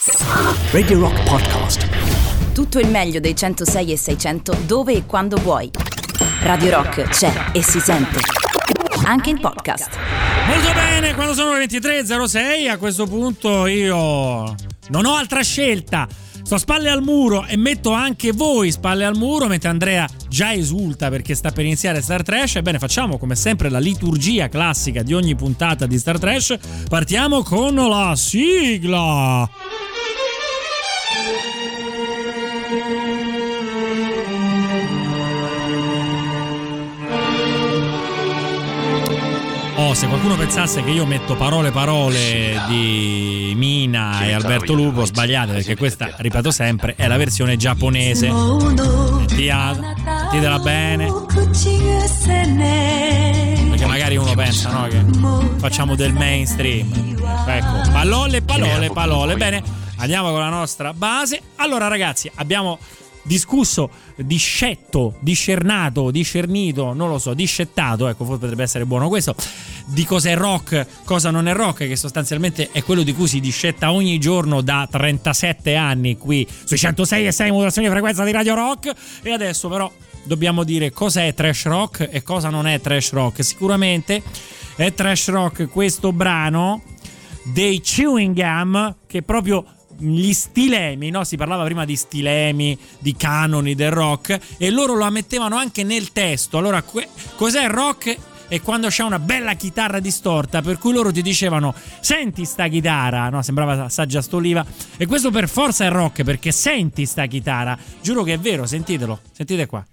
Radio Rock Podcast. Tutto il meglio dei 106 e 600 dove e quando vuoi. Radio Rock c'è e si sente anche in podcast. Molto bene, quando sono le 23.06 a questo punto io non ho altra scelta. Sto spalle al muro e metto anche voi spalle al muro, mentre Andrea già esulta perché sta per iniziare Star Trash. Ebbene, facciamo come sempre la liturgia classica di ogni puntata di Star Trash. Partiamo con la sigla. Se qualcuno pensasse che io metto parole di Mina e Alberto Lupo, sbagliate, perché questa, ripeto sempre, è la versione giapponese. Sentitela bene, perché magari uno pensa, no, che facciamo del mainstream. Ecco, parole. Bene, andiamo con la nostra base. Allora ragazzi, abbiamo discusso, discernito, non lo so, discettato, ecco, forse potrebbe essere buono questo, di cosa è rock, cosa non è rock, che sostanzialmente è quello di cui si discetta ogni giorno da 37 anni qui sui 106 e 6 modulazioni di frequenza di Radio Rock. E adesso però dobbiamo dire cosa è trash rock e cosa non è trash rock. Sicuramente è trash rock questo brano dei Chewing Gum, che proprio gli stilemi, no? Si parlava prima di stilemi, di canoni del rock, e loro lo ammettevano anche nel testo. Allora, cos'è rock? E quando c'è una bella chitarra distorta, per cui loro ti dicevano: senti sta chitarra, no? Sembrava Saggia Stoliva. E questo per forza è rock, perché senti sta chitarra. Giuro che è vero, sentitelo, sentite qua.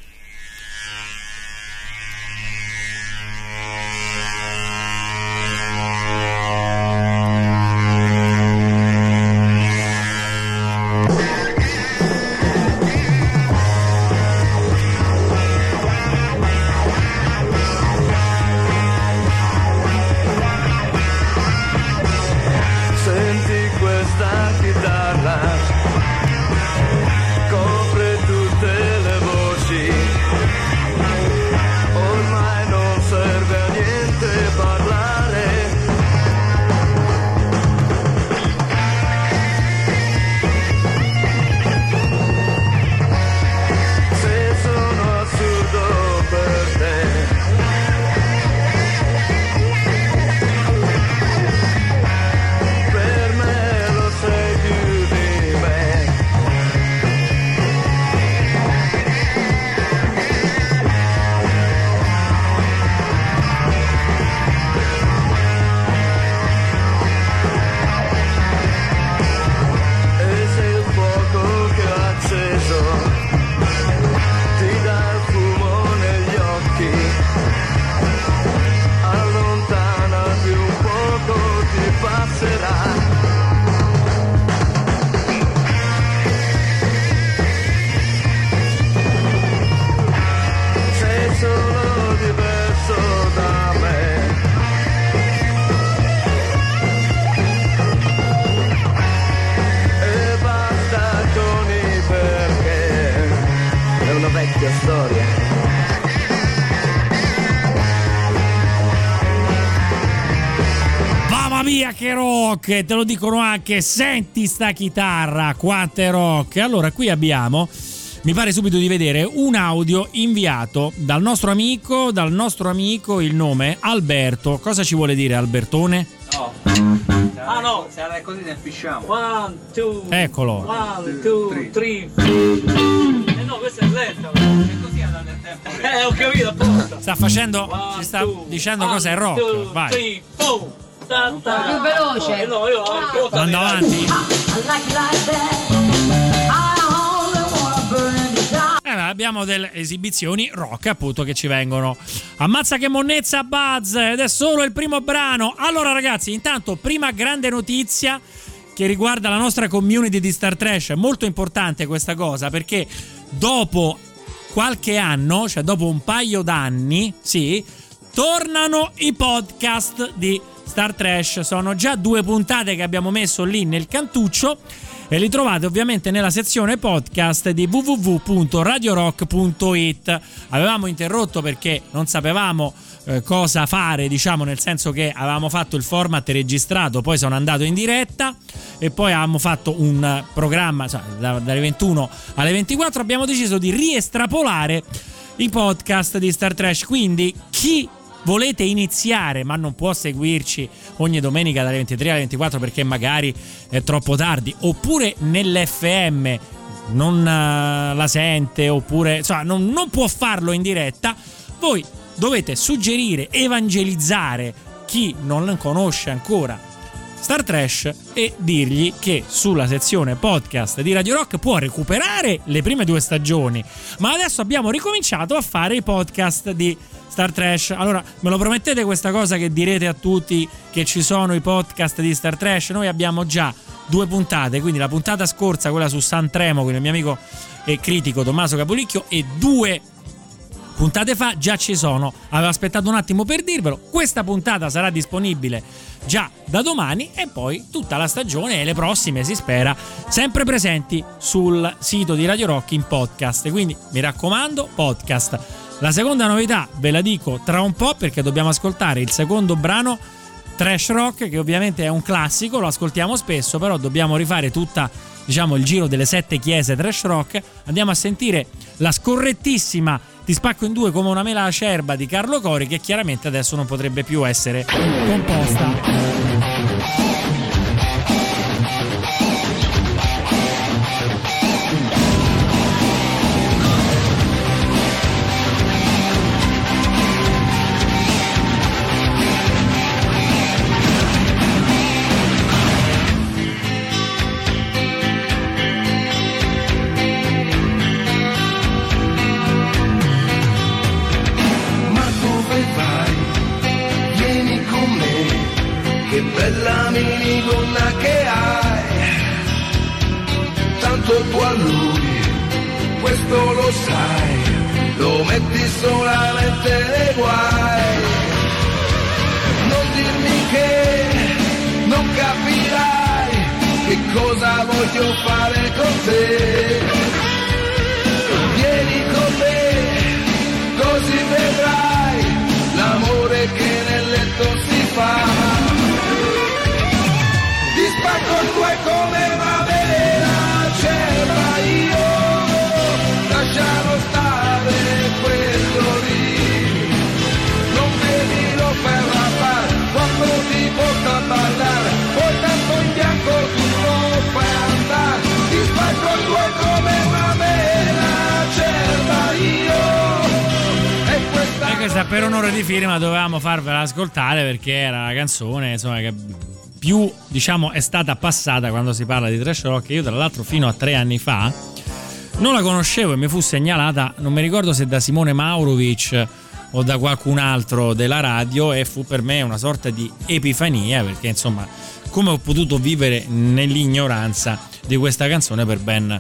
Che rock, te lo dicono anche, senti sta chitarra, quanto è rock. Allora qui abbiamo, mi pare subito di vedere, un audio inviato dal nostro amico, il nome Alberto. Cosa ci vuole dire Albertone? No. Ah no, se è così ne fisciamo. 1, 2. Eccolo. 1, 2, 3. No, questo è lento, è così andando nel tempo. Ho capito apposta. Sta facendo, ci sta dicendo cosa è rock. Vai. 3, 4. Più veloce. No, io andando avanti. Abbiamo delle esibizioni rock, appunto, che ci vengono. Ammazza che monnezza Buzz, ed è solo il primo brano. Allora ragazzi, intanto prima grande notizia che riguarda la nostra community di Star Trash. È molto importante questa cosa, perché dopo qualche anno, cioè dopo un paio d'anni, sì, tornano i podcast di Star Trash. Sono già 2 puntate che abbiamo messo lì nel cantuccio e li trovate ovviamente nella sezione podcast di www.radiorock.it. Avevamo interrotto perché non sapevamo cosa fare, diciamo, nel senso che avevamo fatto il format registrato, poi sono andato in diretta e poi avevamo fatto un programma, cioè, dalle 21 alle 24 abbiamo deciso di riestrapolare i podcast di Star Trash, quindi chi volete iniziare ma non può seguirci ogni domenica dalle 23 alle 24 perché magari è troppo tardi, oppure nell'FM non la sente, oppure insomma, non può farlo in diretta, voi dovete suggerire, evangelizzare chi non conosce ancora Star Trash e dirgli che sulla sezione podcast di Radio Rock può recuperare le prime 2 stagioni, ma adesso abbiamo ricominciato a fare i podcast di Star Trash. Allora, me lo promettete questa cosa che direte a tutti che ci sono i podcast di Star Trash? Noi abbiamo già 2 puntate, quindi la puntata scorsa, quella su Sanremo con il mio amico e critico Tommaso Capolicchio, e 2 puntate fa già ci sono. Avevo aspettato un attimo per dirvelo. Questa puntata sarà disponibile già da domani e poi tutta la stagione e le prossime, si spera, sempre presenti sul sito di Radio Rock in podcast. Quindi mi raccomando, podcast. La seconda novità ve la dico tra un po', perché dobbiamo ascoltare il secondo brano, Trash Rock, che ovviamente è un classico, lo ascoltiamo spesso, però dobbiamo rifare tutta, diciamo, il giro delle 7 chiese Trash Rock. Andiamo a sentire la scorrettissima Ti spacco in due come una mela acerba di Carlo Cori, che chiaramente adesso non potrebbe più essere composta. Che bella minigonna che hai, tanto tu a lui, questo lo sai, lo metti solamente nei guai. Non dirmi che non capirai che cosa voglio fare con te. Vieni con me, così vedrai l'amore che nel letto si fa. Ti spacco in due come una mela acerba, io lasciamo stare quello lì. Non vedi lo ferrapar quando ti porta a ballare, poi tanto in bianco tu non fai andare. Ti spacco in due come una mela acerba, io e questa. E questa per onore di firma dovevamo farvela ascoltare, perché era la canzone, insomma, che più, diciamo, è stata passata quando si parla di Trash Rock. Io tra l'altro fino a 3 anni fa non la conoscevo e mi fu segnalata, non mi ricordo se da Simone Maurovic o da qualcun altro della radio, e fu per me una sorta di epifania, perché insomma, come ho potuto vivere nell'ignoranza di questa canzone per ben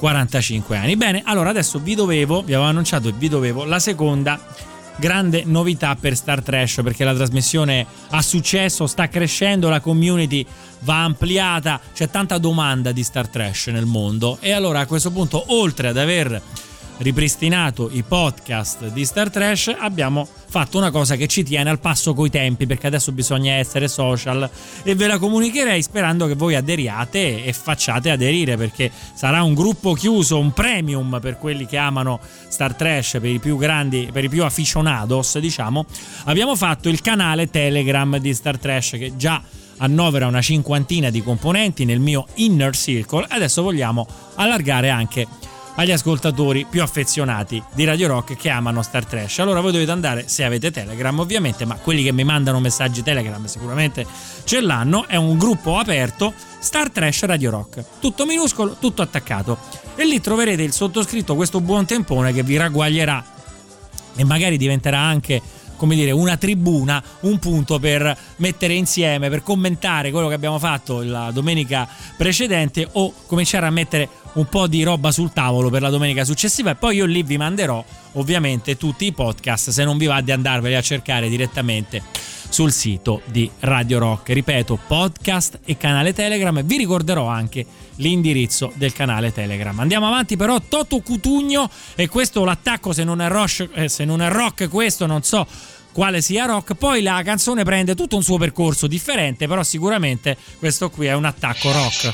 45 anni. Bene, allora adesso vi avevo annunciato e vi dovevo la seconda grande novità per Star Trash, perché la trasmissione ha successo, sta crescendo, la community va ampliata, c'è tanta domanda di Star Trash nel mondo, e allora a questo punto, oltre ad aver ripristinato i podcast di Star Trash, abbiamo fatto una cosa che ci tiene al passo coi tempi, perché adesso bisogna essere social, e ve la comunicherei sperando che voi aderiate e facciate aderire, perché sarà un gruppo chiuso, un premium per quelli che amano Star Trash, per i più grandi, per i più aficionados, diciamo. Abbiamo fatto il canale Telegram di Star Trash, che già annovera una 50ina di componenti nel mio inner circle. Adesso vogliamo allargare anche agli ascoltatori più affezionati di Radio Rock che amano Star Trash. Allora voi dovete andare, se avete Telegram ovviamente, ma quelli che mi mandano messaggi Telegram sicuramente ce l'hanno, è un gruppo aperto, Star Trash Radio Rock, tutto minuscolo, tutto attaccato, e lì troverete il sottoscritto, questo buon tempone che vi ragguaglierà e magari diventerà anche, come dire, una tribuna, un punto per mettere insieme, per commentare quello che abbiamo fatto la domenica precedente, o cominciare a mettere un po' di roba sul tavolo per la domenica successiva. E poi io lì vi manderò ovviamente tutti i podcast, se non vi va di andarveli a cercare direttamente sul sito di Radio Rock. Ripeto, podcast e canale Telegram. Vi ricorderò anche l'indirizzo del canale Telegram. Andiamo avanti però, Toto Cutugno, e questo l'attacco, se non è rock questo, non so quale sia rock. Poi la canzone prende tutto un suo percorso differente, però sicuramente questo qui è un attacco rock.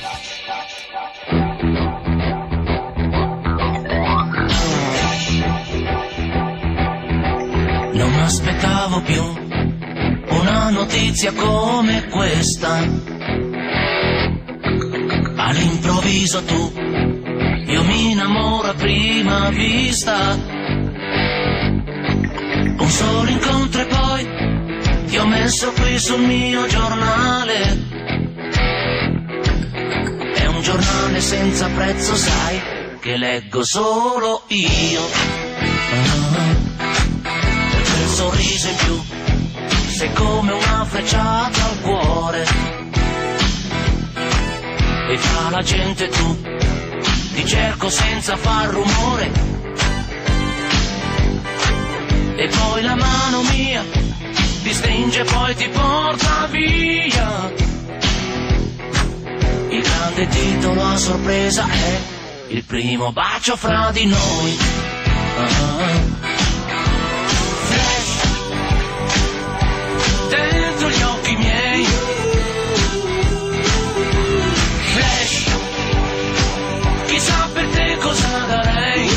Non aspettavo più una notizia come questa. All'improvviso tu, io mi innamoro a prima vista. Un solo incontro e poi ti ho messo qui sul mio giornale. È un giornale senza prezzo, sai, che leggo solo io. Per quel sorriso in più sei come una frecciata al cuore. E fra la gente tu ti cerco senza far rumore. E poi la mano mia ti stringe e poi ti porta via. Il grande titolo a sorpresa è il primo bacio fra di noi. Flash dentro gli occhi miei. Flash, chissà per te cosa darei.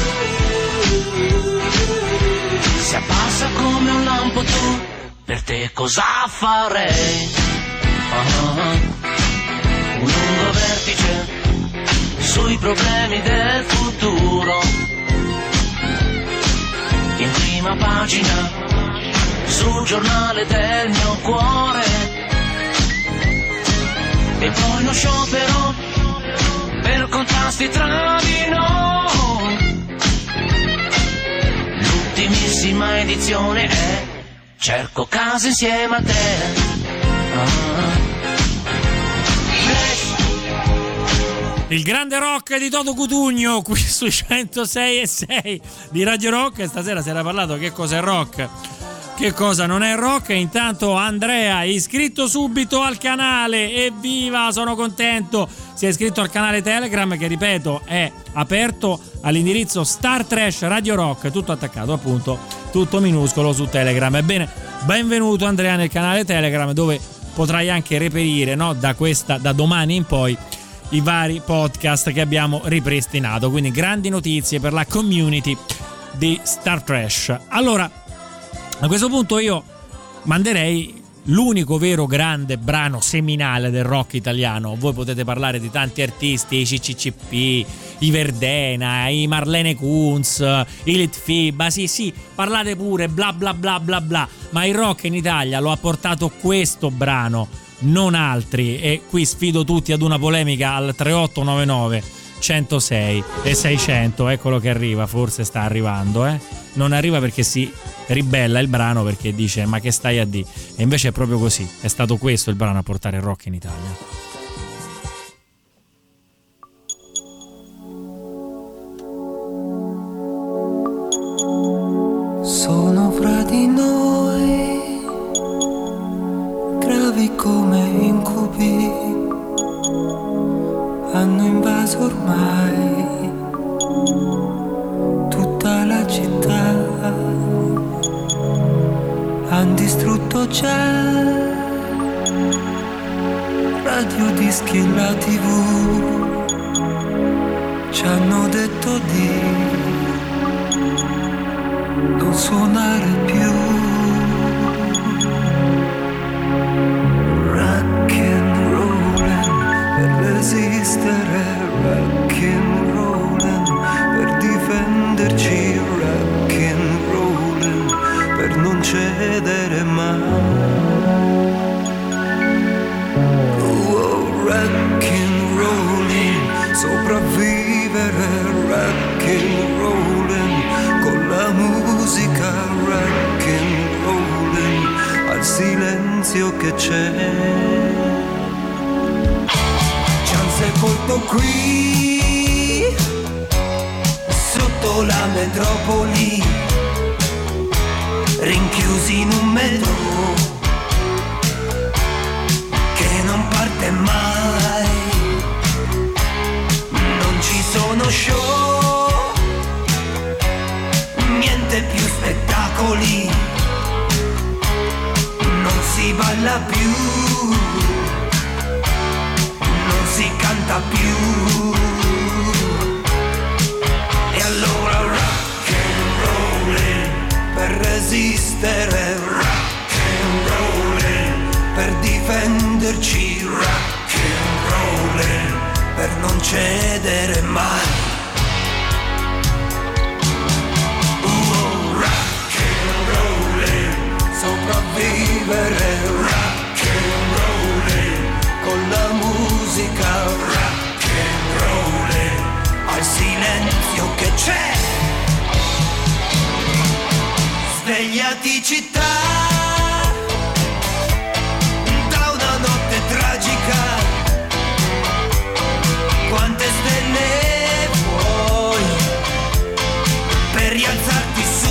Si abbassa come un lampo tu, per te cosa farei? Un lungo vertice sui problemi del futuro. In prima pagina sul giornale del mio cuore. E poi lo sciopero per contrasti tra di noi. L'ultimissima edizione è cerco casa insieme a te. Il grande rock di Toto Cutugno qui sui 106.6 di Radio Rock. Stasera si era parlato che cosa è rock, che cosa non è rock. Intanto Andrea, iscritto subito al canale, evviva, sono contento. Si è iscritto al canale Telegram che, ripeto, è aperto all'indirizzo Star Trash Radio Rock, tutto attaccato, appunto, tutto minuscolo su Telegram. Ebbene, benvenuto Andrea nel canale Telegram, dove potrai anche reperire, no, da domani in poi i vari podcast che abbiamo ripristinato. Quindi grandi notizie per la community di Star Trash. Allora, a questo punto io manderei l'unico vero grande brano seminale del rock italiano. Voi potete parlare di tanti artisti, i CCCP, i Verdena, i Marlene Kunz, i Litfiba, sì, parlate pure, bla bla bla bla bla, ma il rock in Italia lo ha portato questo brano, non altri. E qui sfido tutti ad una polemica al 3899 106 e 600. Eccolo che arriva, forse sta arrivando, non arriva perché si ribella il brano, perché dice ma che stai a di, e invece è proprio così, è stato questo il brano a portare il rock in Italia. Sono fra di noi, gravi come incubi, hanno invaso ormai tutta la città, han distrutto già radio, dischi e la TV, ci hanno detto di non suonare più. Rock and rollin' per resistere, rock and rollin' per difenderci, rock and rollin' per non cedere mai. Rock and rollin', sopravvivere, rock and rollin', con la musica, rock and rollin', al silenzio che c'è. Ci han sepolto qui, sotto la metropoli, rinchiusi in un metro che non parte mai. Non ci sono show, niente più spettacoli, balla più, non si canta più. E allora rock and rollin', per resistere, rock and rollin', per difenderci, rock and rollin', per non cedere mai. Rock and rollin', sopravvivere, rock and rollin', con la musica, rock and rollin', al silenzio che c'è. Svegliati città, da una notte tragica, quante stelle vuoi per rialzarti su?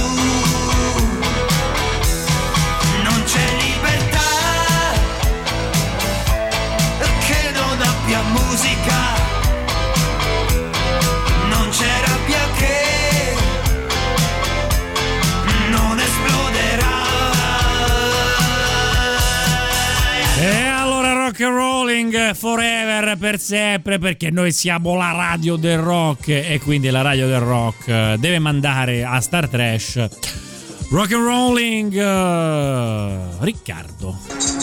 Non c'è libertà che non abbia musica, non c'è rabbia che non esploderà. E allora rock and rolling forever, per sempre, perché noi siamo la radio del rock e quindi la radio del rock deve mandare a Star Trash rock and rolling Riccardo.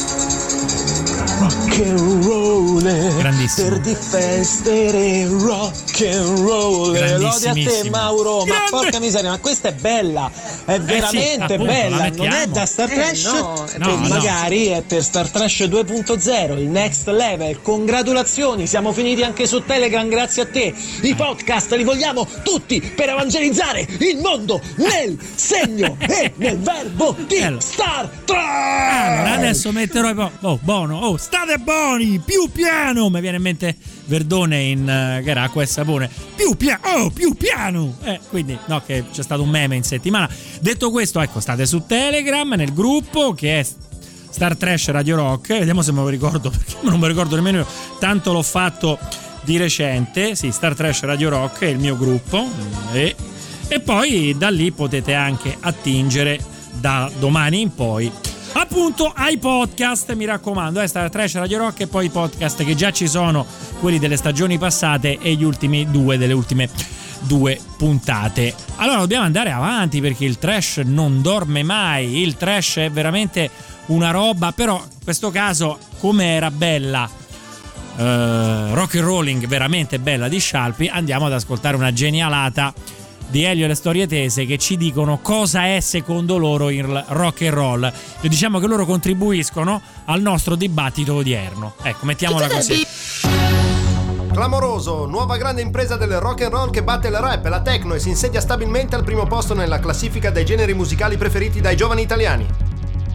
Rock and roll, grandissimo, per difendere, rock and roll. Lode a te Mauro, ma porca miseria, ma questa è bella, è veramente appunto, bella, non è da Star Trash, no, magari è per Star Trash 2.0, il next level. Congratulazioni, siamo finiti anche su Telegram grazie a te. I podcast li vogliamo tutti per evangelizzare il mondo nel segno e nel verbo di Star Trash. Allora adesso metterò buono, state buoni, più piano. Mi viene in mente Verdone in che era Acqua e Sapone, più piano. Quindi no, che c'è stato un meme in settimana. Detto questo, ecco, state su Telegram nel gruppo che è Star Trash Radio Rock. Vediamo se me lo ricordo, perché non me lo ricordo nemmeno io, tanto l'ho fatto di recente. Sì, Star Trash Radio Rock è il mio gruppo e poi da lì potete anche attingere da domani in poi appunto ai podcast, mi raccomando, Star Trash Radio Rock e poi i podcast che già ci sono, quelli delle stagioni passate e gli ultimi delle ultime 2 puntate. Allora dobbiamo andare avanti perché il trash non dorme mai, il trash è veramente una roba, però in questo caso come era bella rock and rolling, veramente bella di Scialpi, andiamo ad ascoltare una genialata di Elio e le storie tese che ci dicono cosa è secondo loro il rock and roll. E diciamo che loro contribuiscono al nostro dibattito odierno. Ecco, mettiamola così. Clamoroso, nuova grande impresa del rock and roll che batte il rap e la techno e si insedia stabilmente al primo posto nella classifica dei generi musicali preferiti dai giovani italiani.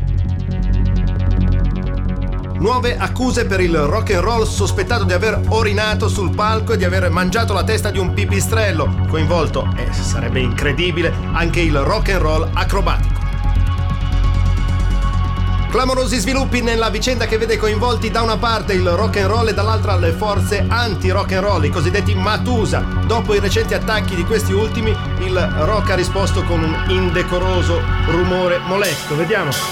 Nuove accuse per il rock and roll sospettato di aver orinato sul palco e di aver mangiato la testa di un pipistrello. Coinvolto, sarebbe incredibile, anche il rock and roll acrobatico. Clamorosi sviluppi nella vicenda che vede coinvolti da una parte il rock and roll e dall'altra le forze anti-rock and roll, i cosiddetti Matusa. Dopo i recenti attacchi di questi ultimi, il rock ha risposto con un indecoroso rumore molesto. Vediamo.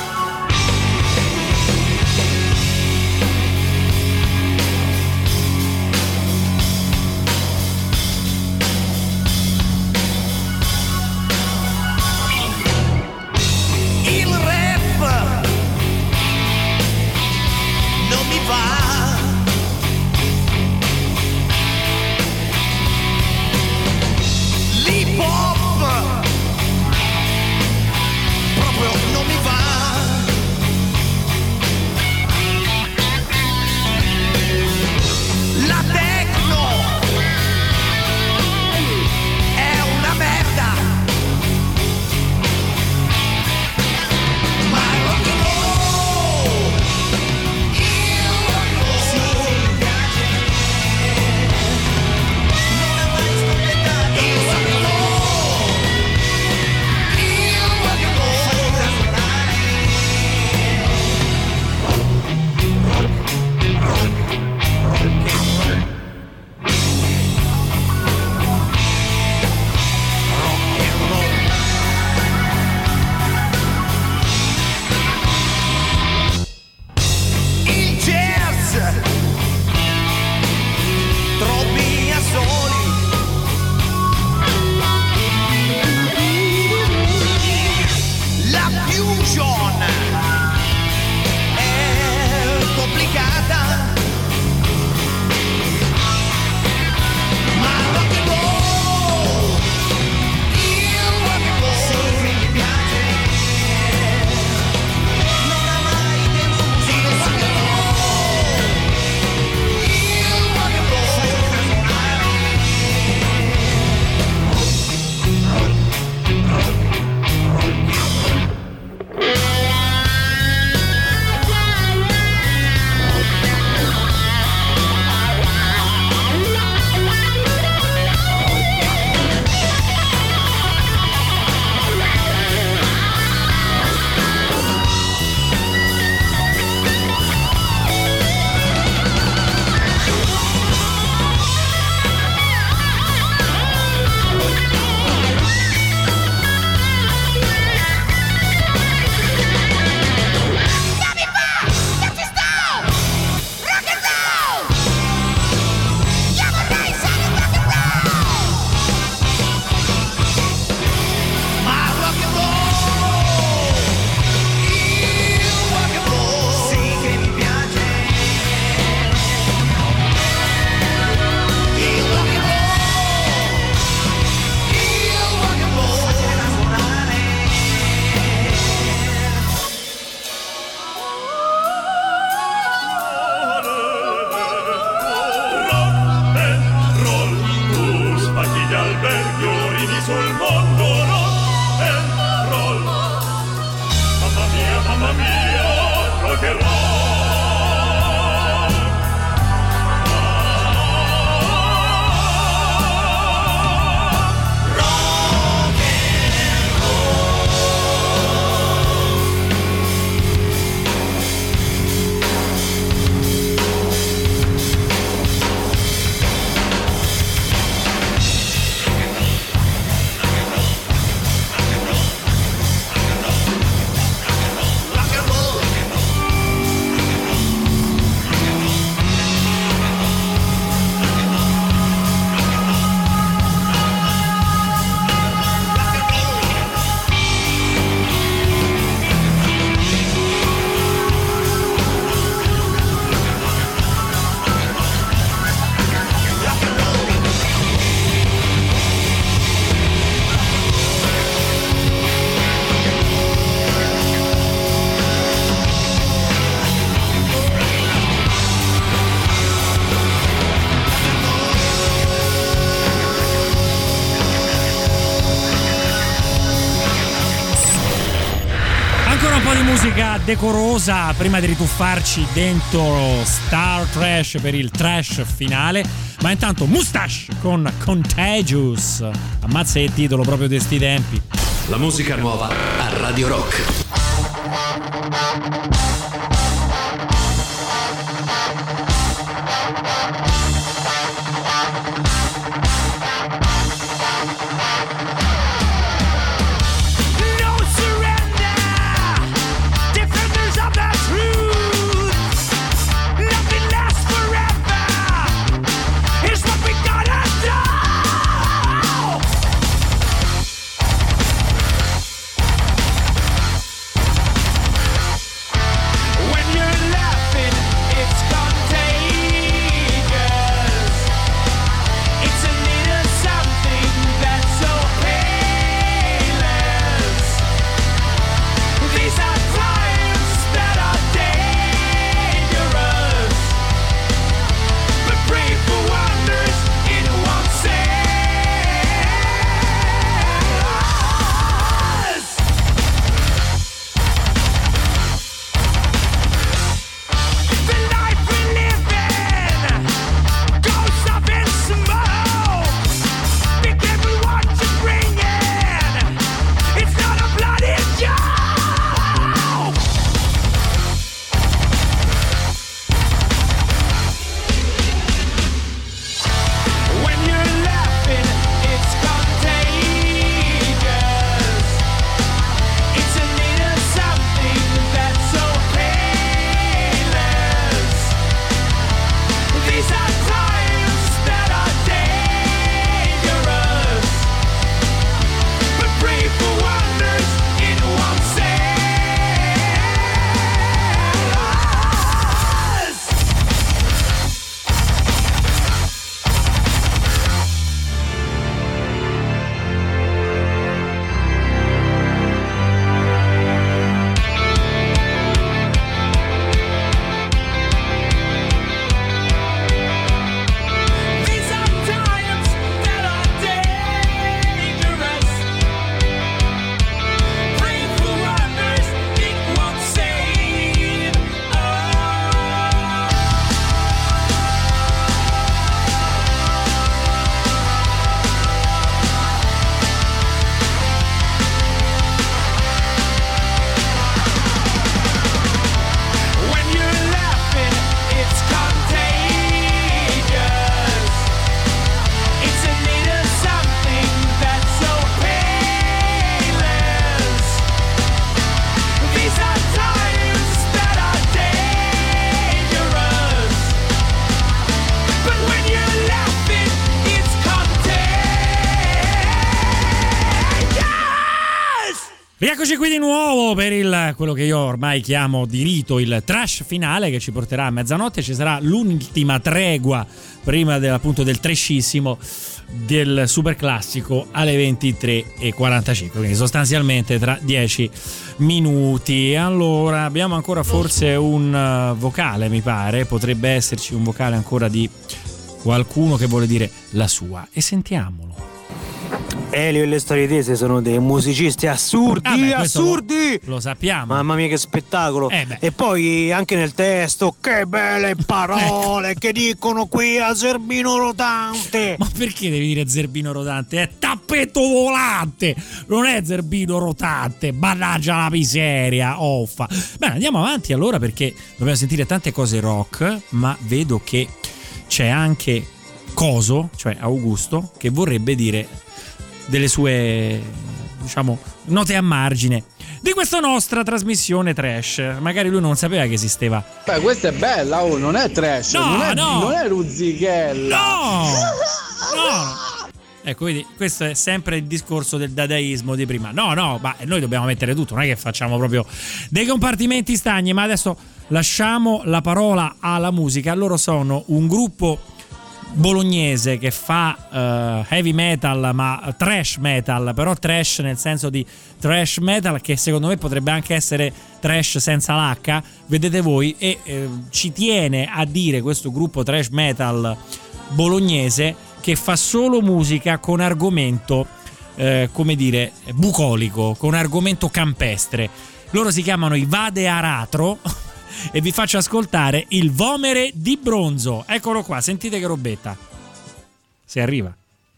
Proprio non mi va. rock and roll. Musica decorosa prima di rituffarci dentro Star Trash per il trash finale, ma intanto Mustache con Contagious. Ammazza il titolo proprio di sti tempi. La musica nuova a Radio Rock. Rieccoci qui di nuovo per quello che io ormai chiamo di rito il trash finale, che ci porterà a mezzanotte. Ci sarà l'ultima tregua prima appunto del trashissimo del super classico alle 23:45, quindi sostanzialmente tra 10 minuti. Allora abbiamo ancora forse un vocale, mi pare, potrebbe esserci un vocale ancora di qualcuno che vuole dire la sua, e sentiamolo. Elio e le storie tese sono dei musicisti assurdi, assurdi! Lo sappiamo. Mamma mia che spettacolo! E poi anche nel testo, che belle parole che dicono qui a Zerbino Rotante! Ma perché devi dire Zerbino Rotante? È tappeto volante! Non è Zerbino Rotante! Mannaggia la miseria! Offa! Bene, andiamo avanti allora, perché dobbiamo sentire tante cose rock, ma vedo che c'è anche Coso, cioè Augusto, che vorrebbe dire delle sue, diciamo, note a margine di questa nostra trasmissione trash. Magari lui non sapeva che esisteva. Beh, questa è bella, non è trash, No, non è ruzzichella. No! Ecco, vedi, questo è sempre il discorso del dadaismo di prima. No, ma noi dobbiamo mettere tutto, non è che facciamo proprio dei compartimenti stagni. Ma adesso lasciamo la parola alla musica. Loro sono un gruppo bolognese che fa heavy metal, ma trash metal, però trash nel senso di trash metal, che secondo me potrebbe anche essere trash senza l'H, vedete voi. E ci tiene a dire questo gruppo trash metal bolognese che fa solo musica con argomento come dire bucolico, con argomento campestre. Loro si chiamano i Vade Aratro e vi faccio ascoltare il Vomere di Bronzo. Eccolo qua, sentite che robetta. Se arriva.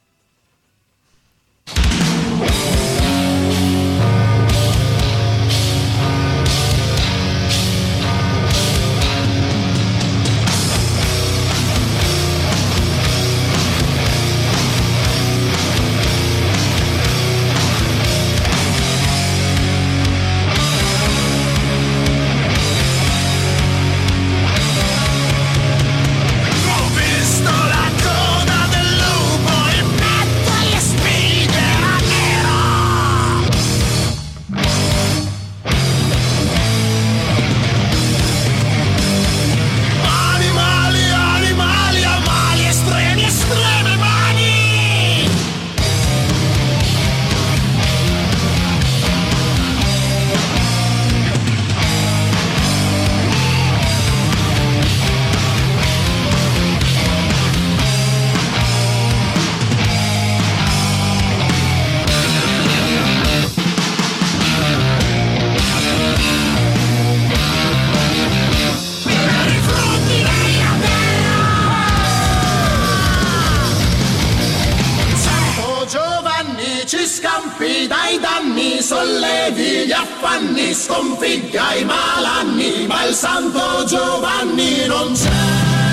Sollevi gli affanni, sconfigga i malanni, ma il santo Giovanni non c'è.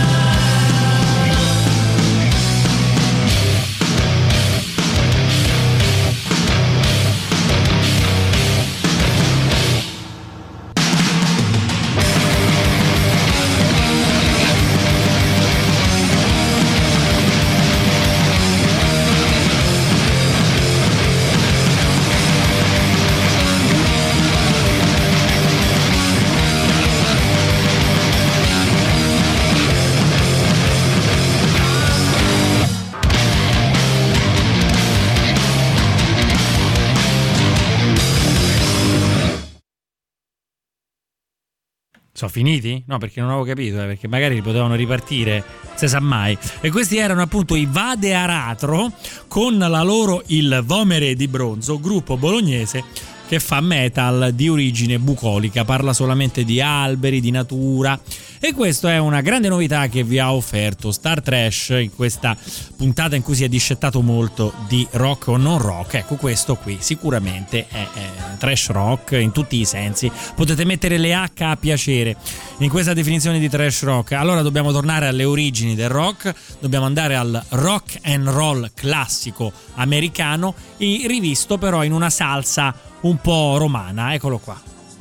Sono finiti? No, perché non avevo capito, perché magari potevano ripartire, se sa mai. E questi erano appunto i Vade Aratro con la loro Il Vomere di Bronzo, gruppo bolognese che fa metal di origine bucolica, parla solamente di alberi, di natura, e questa è una grande novità che vi ha offerto Star Trash in questa puntata in cui si è discettato molto di rock o non rock. Ecco, questo qui sicuramente è trash rock in tutti i sensi, potete mettere le H a piacere in questa definizione di trash rock. Allora dobbiamo tornare alle origini del rock, dobbiamo andare al rock and roll classico americano, rivisto però in una salsa un po' romana. Eccolo qua.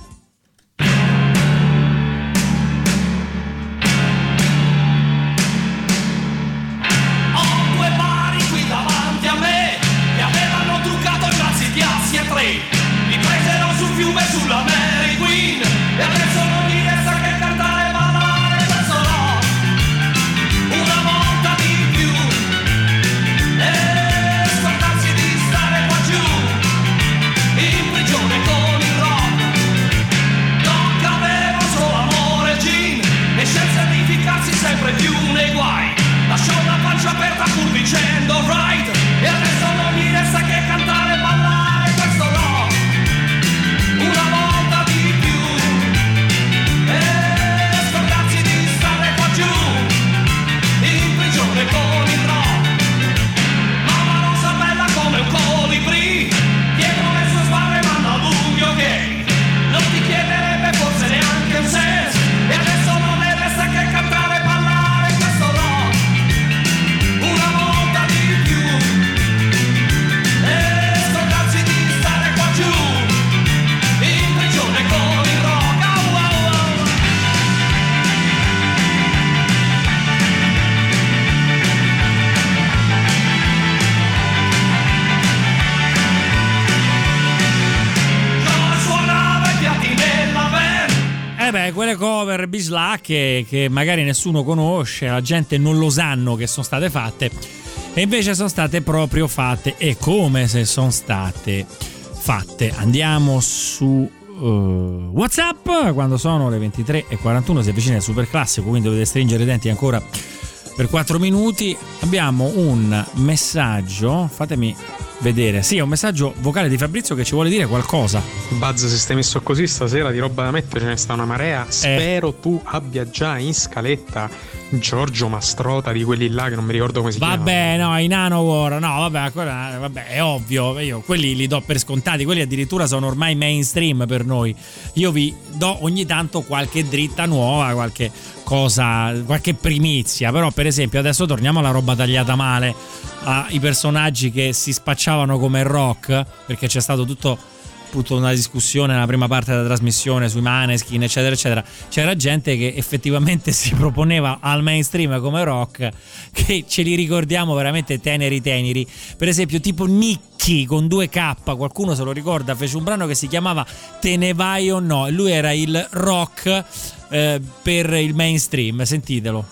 Ho due pari qui davanti a me, mi avevano truccato già sitiassi e tre, mi presero sul fiume sulla Mary Queen e adesso non mi resta che cantare e ballare questo rock una volta di più e scordarsi di stare qua giù in prigione con il rock. quelle cover bislacche che magari nessuno conosce, la gente non lo sanno che sono state fatte, e invece sono state proprio fatte, e come se sono state fatte. Andiamo su WhatsApp quando sono le 23:41, si avvicina il super classico, quindi dovete stringere i denti ancora per 4 minuti. Abbiamo un messaggio, fatemi vedere, sì, è un messaggio vocale di Fabrizio che ci vuole dire qualcosa. Buzz, se stai messo così stasera di roba da mettere ce ne sta una marea. Spero tu abbia già in scaletta Giorgio Mastrota, di quelli là che non mi ricordo come si chiama. Vabbè, no, i Nanowar, no, vabbè, è ovvio, io quelli li do per scontati, quelli addirittura sono ormai mainstream per noi. Io vi do ogni tanto qualche dritta nuova, qualche cosa, qualche primizia, però per esempio adesso torniamo alla roba tagliata male, ai personaggi che si spacciavano come rock, perché c'è stato tutta una discussione nella prima parte della trasmissione sui Maneskin, eccetera eccetera. C'era gente che effettivamente si proponeva al mainstream come rock, che ce li ricordiamo veramente teneri, per esempio tipo Nicky con 2K, qualcuno se lo ricorda, fece un brano che si chiamava Te ne vai o no, e lui era il rock per il mainstream, sentitelo.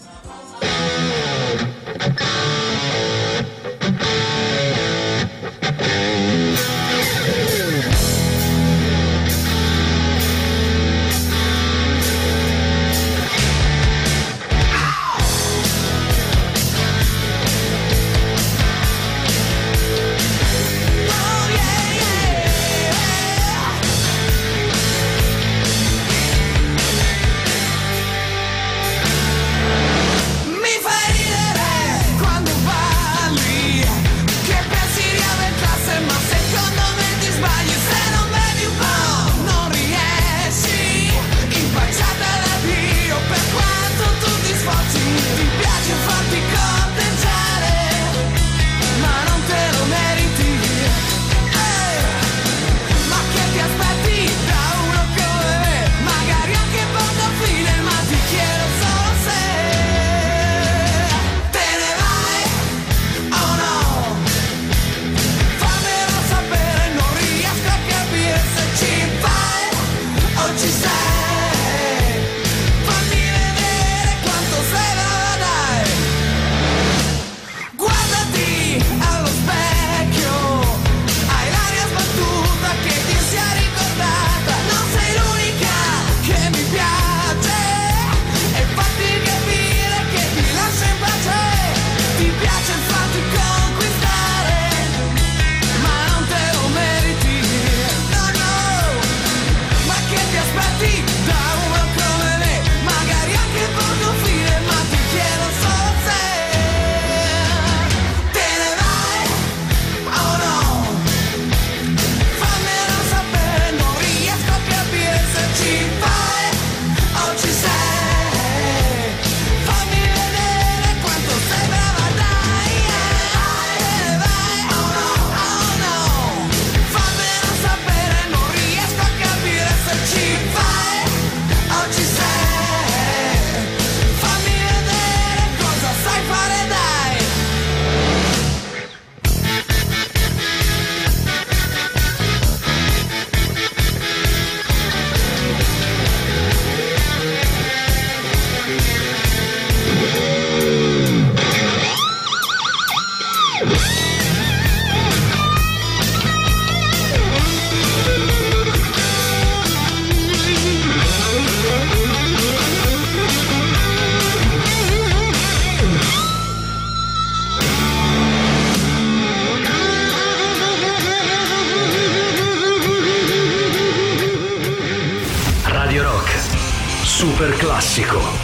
Super classico.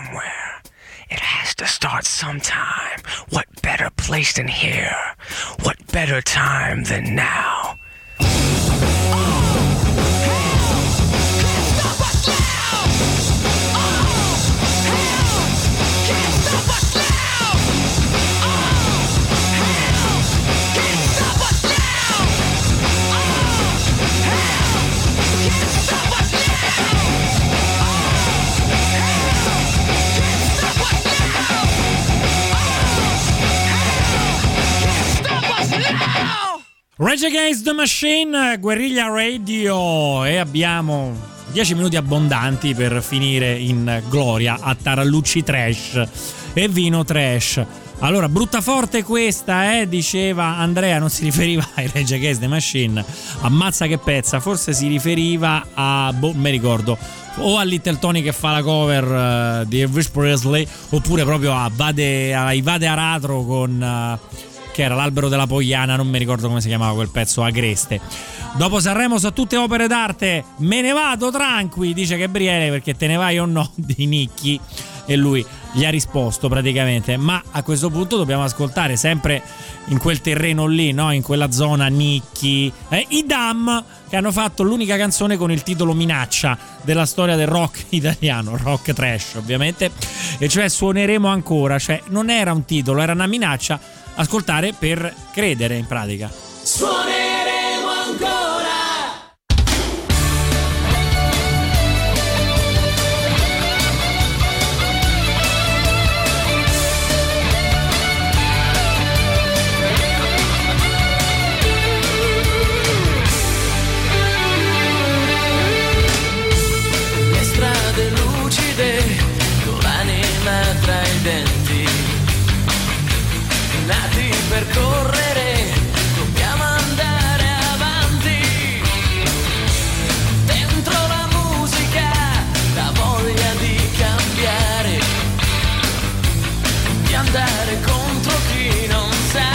somewhere. It has to start sometime. What better place than here? What better time than now? Rage Against the Machine, Guerrilla Radio, e abbiamo 10 minuti abbondanti per finire in gloria a tarallucci trash e vino trash. Allora, brutta forte questa, diceva Andrea, non si riferiva ai Rage Against the Machine, ammazza che pezza, forse si riferiva a, mi ricordo, o a Little Tony che fa la cover di Elvis Presley, oppure proprio ai Vade Aratro con... che era l'albero della Pogliana, non mi ricordo come si chiamava quel pezzo, Agreste. Dopo Sanremo sono tutte opere d'arte, me ne vado tranqui, dice Gabriele, perché te ne vai o no di Nicchi, e lui gli ha risposto praticamente. Ma a questo punto dobbiamo ascoltare sempre in quel terreno lì, no? In quella zona Nicchi, i Dam, che hanno fatto l'unica canzone con il titolo minaccia della storia del rock italiano, rock trash ovviamente, e cioè Suoneremo ancora, cioè non era un titolo, era una minaccia. Ascoltare per credere, in pratica. Suoneremo ancora. Le strade lucide, con l'anima tra i denti, nati per correre, dobbiamo andare avanti. Dentro la musica, la voglia di cambiare, di andare contro chi non sa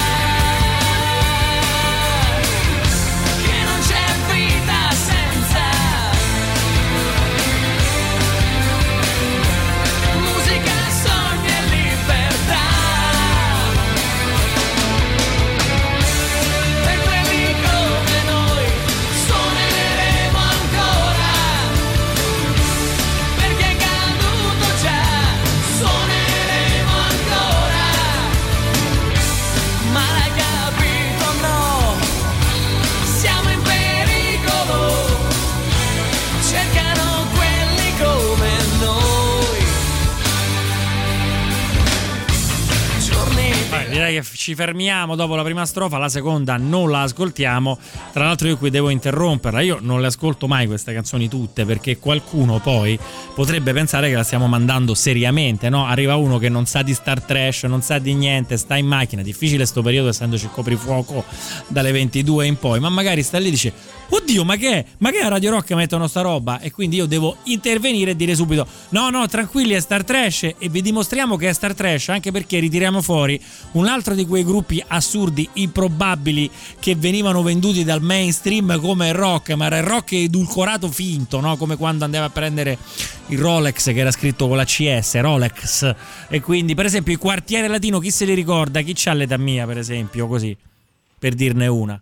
che non c'è vita senza musica, sogni e libertà. Direi che ci fermiamo dopo la prima strofa, la seconda non la ascoltiamo. Tra l'altro io qui devo interromperla, io non le ascolto mai queste canzoni tutte, perché qualcuno poi potrebbe pensare che la stiamo mandando seriamente, no? Arriva uno che non sa di Star Trash, non sa di niente, sta in macchina, difficile sto periodo essendoci il coprifuoco dalle 22 in poi, ma magari sta lì e dice: oddio, ma che a Radio Rock mettono sta roba? E quindi io devo intervenire e dire subito: no, tranquilli, è Star Trash, e vi dimostriamo che è Star Trash, anche perché ritiriamo fuori un altro di quei gruppi assurdi, improbabili, che venivano venduti dal mainstream come rock, ma era il rock edulcorato finto, no? Come quando andava a prendere il Rolex che era scritto con la CS, Rolex. E quindi, per esempio, il Quartiere Latino, chi se li ricorda? Chi c'ha l'età mia, per esempio, così, per dirne una.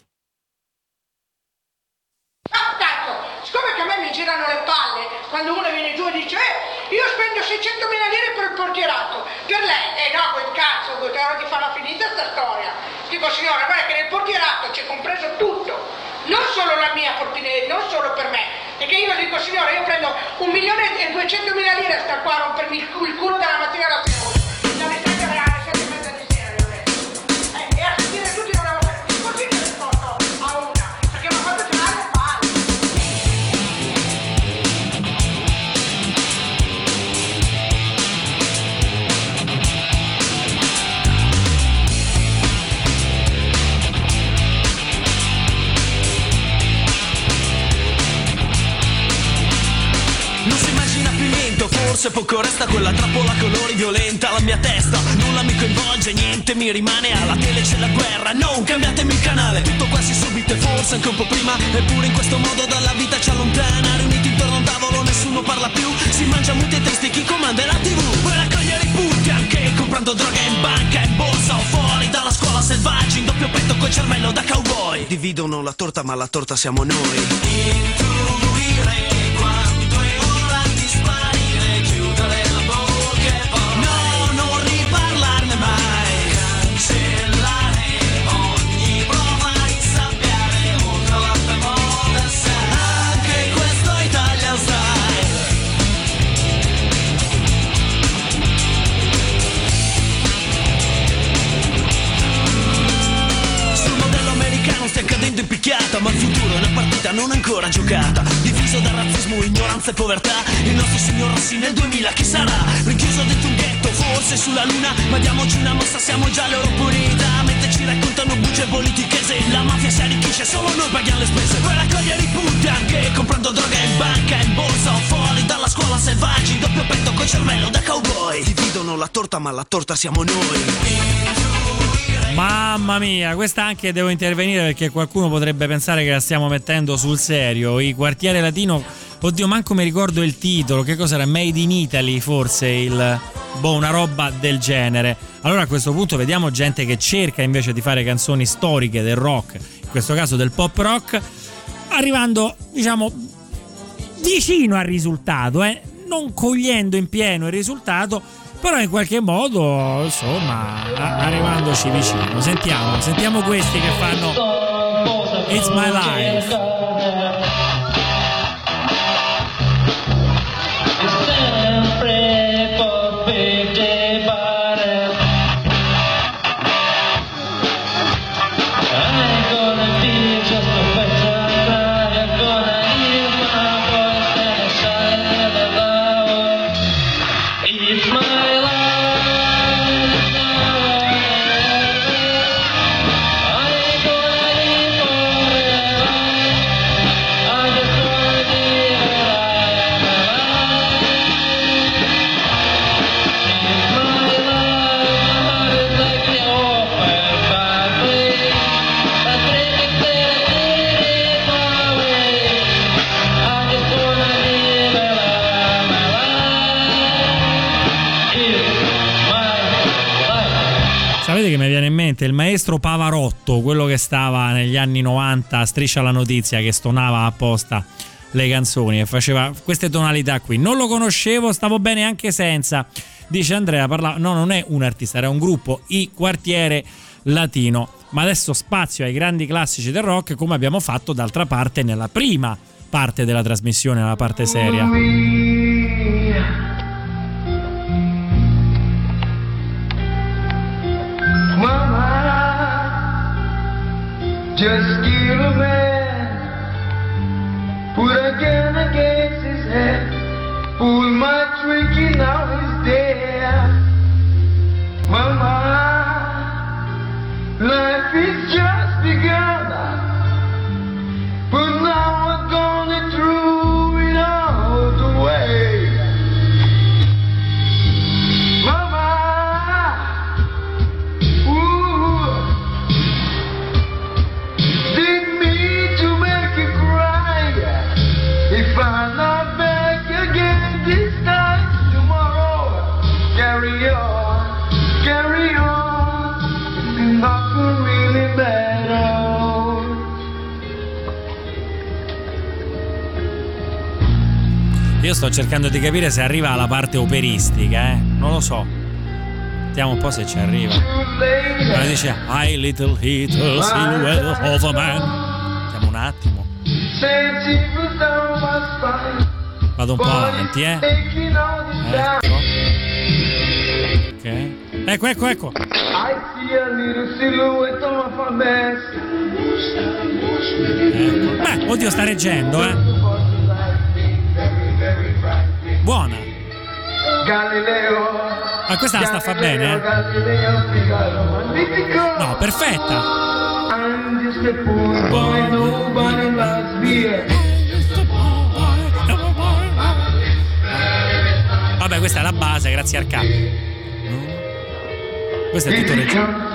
Girano le palle quando uno viene giù e dice io spendo 600.000 lire per il portierato, per lei, no, quel cazzo, ora di farla finita sta storia. Dico, signora, guarda che nel portierato c'è compreso tutto, non solo la mia portineria, non solo per me, perché io dico, signora, io prendo 1.200.000 lire a sta qua a rompermi il culo dalla mattina alla sera, dalle 7 alle 7 e mezza di sera, e a sentire tutti non avevo così che risposto a una, perché mi ha fatto girare le palle. forse poco resta, quella trappola colori violenta la mia testa, nulla mi coinvolge, niente mi rimane, alla tele c'è la guerra, non cambiatemi il canale, tutto quasi subito e forse anche un po' prima, eppure in questo modo dalla vita ci allontana, riuniti intorno a un tavolo nessuno parla più, si mangia muti e tristi, chi comanda è la TV, puoi raccogliere i punti anche comprando droga in banca, in borsa o fuori dalla scuola, selvaggi in doppio petto col cervello da cowboy, dividono la torta ma la torta siamo noi. Intuire che quando è ora di sparire, chiudere la bocca e poi no, non riparlarne mai, cancellare ogni prova di sappiare oltre la moda, anche questo Italian style. Sul modello americano stia cadendo in picchiata, ma il futuro è una partita non ancora giocata, diviso da razzismo, ignoranza e povertà, il nostro signor Rossi nel 2000 chi sarà? Rinchiuso dentro un ghetto, forse sulla luna, ma diamoci una mossa, siamo già l'Europunità, mentre ci raccontano bugie politiche, se la mafia si arricchisce solo noi paghiamo le spese, puoi raccogliere i punti anche comprando droga in banca, in borsa o fuori dalla scuola, selvaggi in doppio petto col cervello da cowboy, dividono la torta ma la torta siamo noi. Mamma mia, questa anche devo intervenire perché qualcuno potrebbe pensare che la stiamo mettendo sul serio. I Quartiere Latino, oddio, manco mi ricordo il titolo, che cos'era? Made in Italy, forse una roba del genere. Allora a questo punto vediamo gente che cerca invece di fare canzoni storiche del rock, in questo caso del pop rock, arrivando, diciamo, vicino al risultato, non cogliendo in pieno il risultato, però in qualche modo, insomma, arrivandoci vicino. Sentiamo questi che fanno It's My Life. Sapete che mi viene in mente il maestro Pavarotto, quello che stava negli anni 90 a Striscia la Notizia, che stonava apposta le canzoni e faceva queste tonalità qui. Non lo conoscevo, stavo bene anche senza. Dice Andrea, no, non è un artista, era un gruppo, i Quartiere Latino. Ma adesso spazio ai grandi classici del rock, come abbiamo fatto d'altra parte nella prima parte della trasmissione, nella parte seria. Just kill a man, put a gun against his head, pull my tricky, now he's dead. Mama, life is just begun, but now I'm gonna throw it all away. I'm not back again this time tomorrow. Carry on, it's not gonna really matter. Io sto cercando di capire se arriva alla parte operistica, non lo so. Vediamo un po' se ci arriva. Ma dice I little hit a silhouette of a man. Vediamo un attimo. Vado un po' avanti, Ecco. Ecco. Oddio, sta reggendo, Buona. Ma questa la sta fa bene, No, perfetta. Vabbè, questa è la base, grazie al capo. Questo è tutto regista.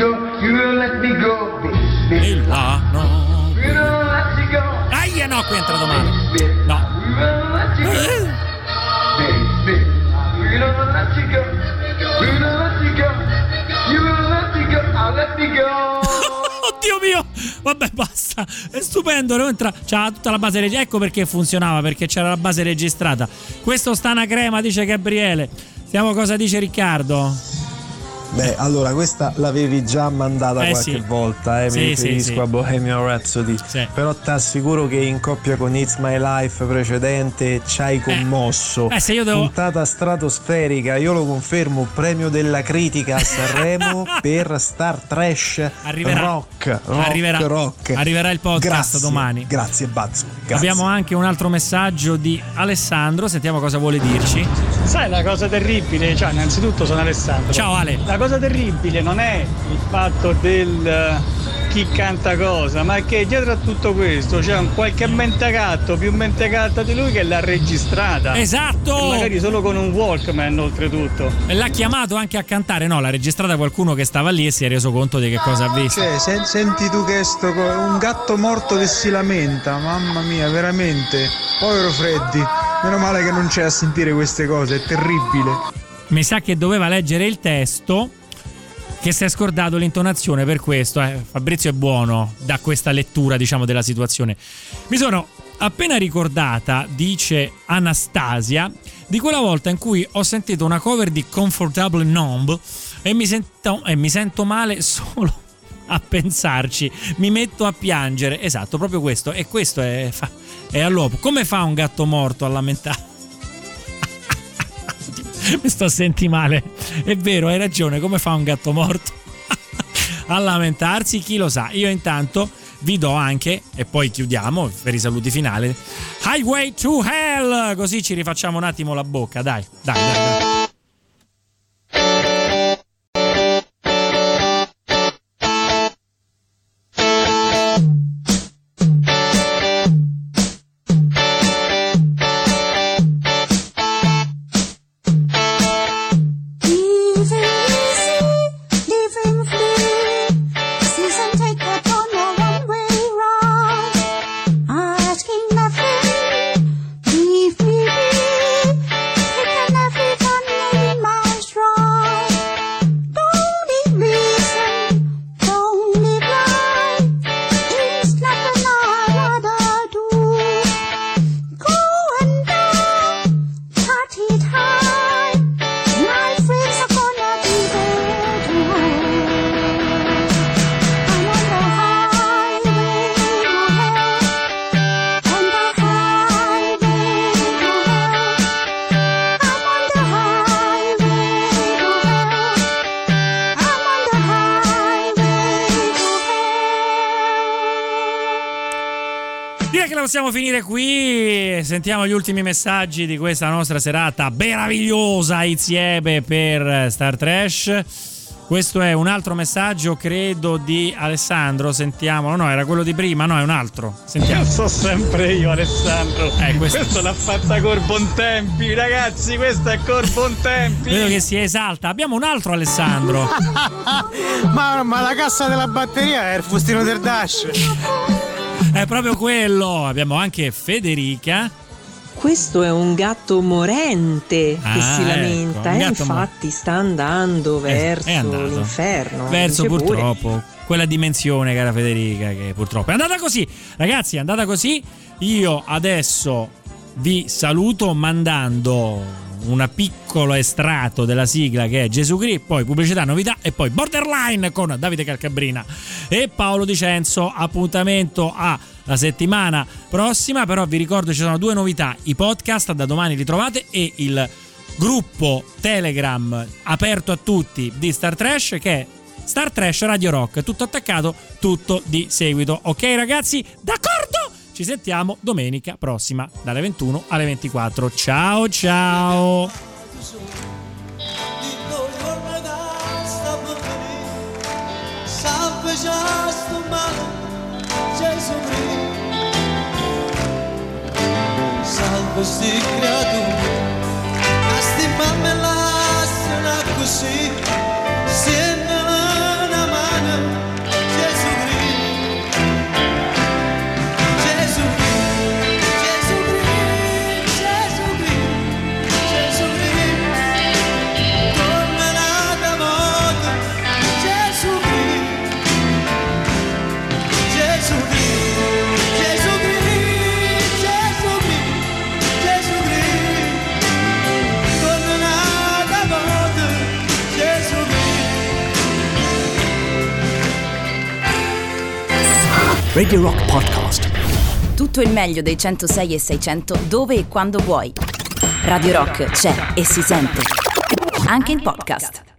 E là, no. Aia, no, qui è entrato male. No. Oddio mio, vabbè, basta, è stupendo, c'ha tutta la base registrata. Ecco perché funzionava, perché c'era la base registrata. Questo sta una crema, dice Gabriele. Sentiamo cosa dice Riccardo. Beh, allora questa l'avevi già mandata qualche volta, mi riferisco a Bohemian Rhapsody, però ti assicuro che in coppia con It's My Life precedente ci hai commosso. Se io devo... Puntata stratosferica, io lo confermo, premio della critica a Sanremo per Star Trash. Rock. Arriverà il podcast domani. Grazie Bazzo. Grazie. Abbiamo anche un altro messaggio di Alessandro, sentiamo cosa vuole dirci. Sai la cosa terribile? Cioè, innanzitutto sono Alessandro. Ciao Ale. La cosa terribile non è il fatto del chi canta cosa, ma è che dietro a tutto questo c'è un qualche mentecato, più mentecato di lui, che l'ha registrata. Esatto! E magari solo con un Walkman oltretutto. E l'ha chiamato anche a cantare, no, l'ha registrata qualcuno che stava lì e si è reso conto di che cosa ha visto. Cioè, senti tu che un gatto morto che si lamenta, mamma mia, veramente. Povero Freddy, meno male che non c'è a sentire queste cose, è terribile. Mi sa che doveva leggere il testo, che si è scordato l'intonazione, per questo Fabrizio è buono da questa lettura, diciamo, della situazione. Mi sono appena ricordata, dice Anastasia, di quella volta in cui ho sentito una cover di Comfortable Numb e mi sento male solo a pensarci, mi metto a piangere. Esatto, proprio questo. E questo è all'uopo. Come fa un gatto morto a lamentare? Mi sto a sentire male. È vero, hai ragione. Come fa un gatto morto a lamentarsi? Chi lo sa. Io intanto vi do anche, e poi chiudiamo per i saluti finali, Highway to Hell, così ci rifacciamo un attimo la bocca. Dai. Possiamo finire qui, sentiamo gli ultimi messaggi di questa nostra serata meravigliosa insieme per Star Trash. Questo è un altro messaggio, credo, di Alessandro. Sentiamo. No, era quello di prima. No, è un altro. Sentiamo. So sempre io, Alessandro. Questo l'ha fatta col Bontempi, ragazzi. Questo è col Bontempi. Vedo che si esalta. Abbiamo un altro Alessandro. ma la cassa della batteria è il fustino del Dash. È proprio quello. Abbiamo anche Federica. Questo è un gatto morente che si lamenta, e infatti sta andando verso l'inferno. Verso, purtroppo, quella dimensione, cara Federica, che purtroppo è andata così. Ragazzi, è andata così. Io adesso vi saluto mandando un piccolo estratto della sigla, che è Gesù Cristo, poi pubblicità, novità e poi Borderline con Davide Calcabrina e Paolo Dicenzo. Appuntamento alla settimana prossima, però vi ricordo ci sono 2 novità: i podcast da domani li trovate e il gruppo Telegram aperto a tutti di Star Trash, che è Star Trash Radio Rock, tutto attaccato, tutto di seguito. Ok ragazzi, d'accordo? Ci sentiamo domenica prossima dalle 21 alle 24. Ciao ciao. Salve sti creature, Radio Rock Podcast. Tutto il meglio dei 106 e 600 dove e quando vuoi. Radio Rock c'è e si sente. Anche in podcast.